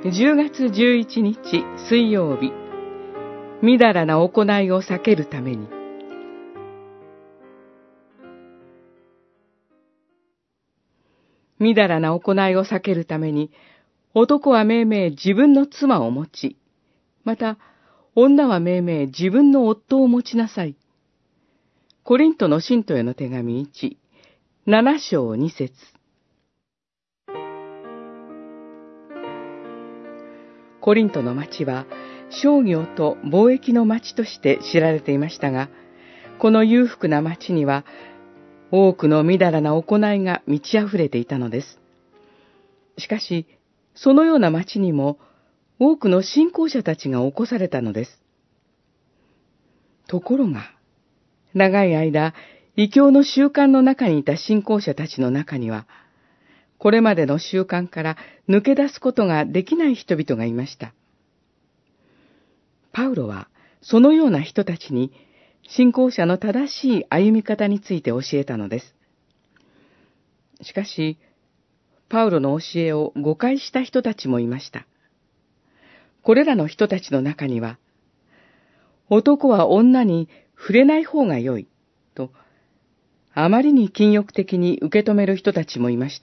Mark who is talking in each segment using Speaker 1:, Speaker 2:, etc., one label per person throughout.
Speaker 1: 10月11日水曜日、みだらな行いを避けるために。みだらな行いを避けるために、男はめいめい自分の妻を持ち、また女はめいめい自分の夫を持ちなさい。コリントの信徒への手紙1、7章2節。コリントの町は商業と貿易の町として知られていましたが、この裕福な町には多くのみだらな行いが満ち溢れていたのです。しかし、そのような町にも多くの信仰者たちが起こされたのです。ところが、長い間、異教の習慣の中にいた信仰者たちの中には、これまでの習慣から抜け出すことができない人々がいました。パウロはそのような人たちに信仰者の正しい歩み方について教えたのです。しかし、パウロの教えを誤解した人たちもいました。これらの人たちの中には、男は女に触れない方が良いと、あまりに禁欲的に受け止める人たちもいました。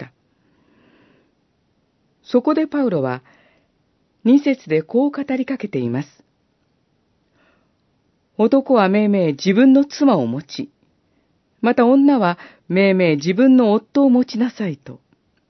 Speaker 1: そこでパウロは、2節でこう語りかけています。男はめいめい自分の妻を持ち、また女はめいめい自分の夫を持ちなさいと。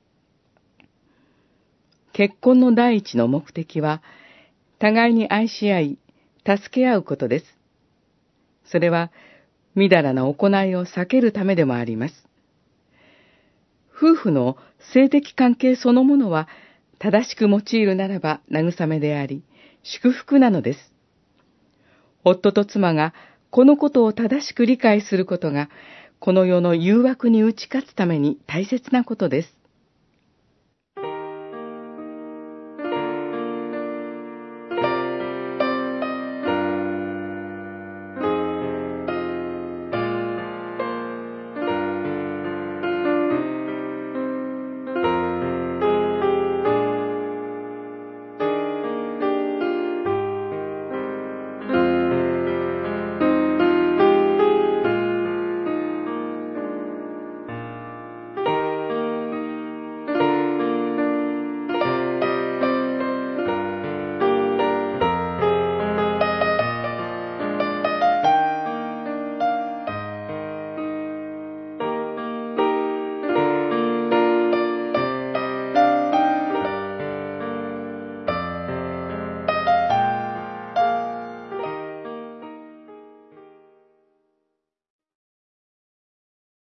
Speaker 1: 結婚の第一の目的は、互いに愛し合い、助け合うことです。それは、みだらな行いを避けるためでもあります。夫婦の性的関係そのものは、正しく用いるならば慰めであり、祝福なのです。夫と妻がこのことを正しく理解することが、この世の誘惑に打ち勝つために大切なことです。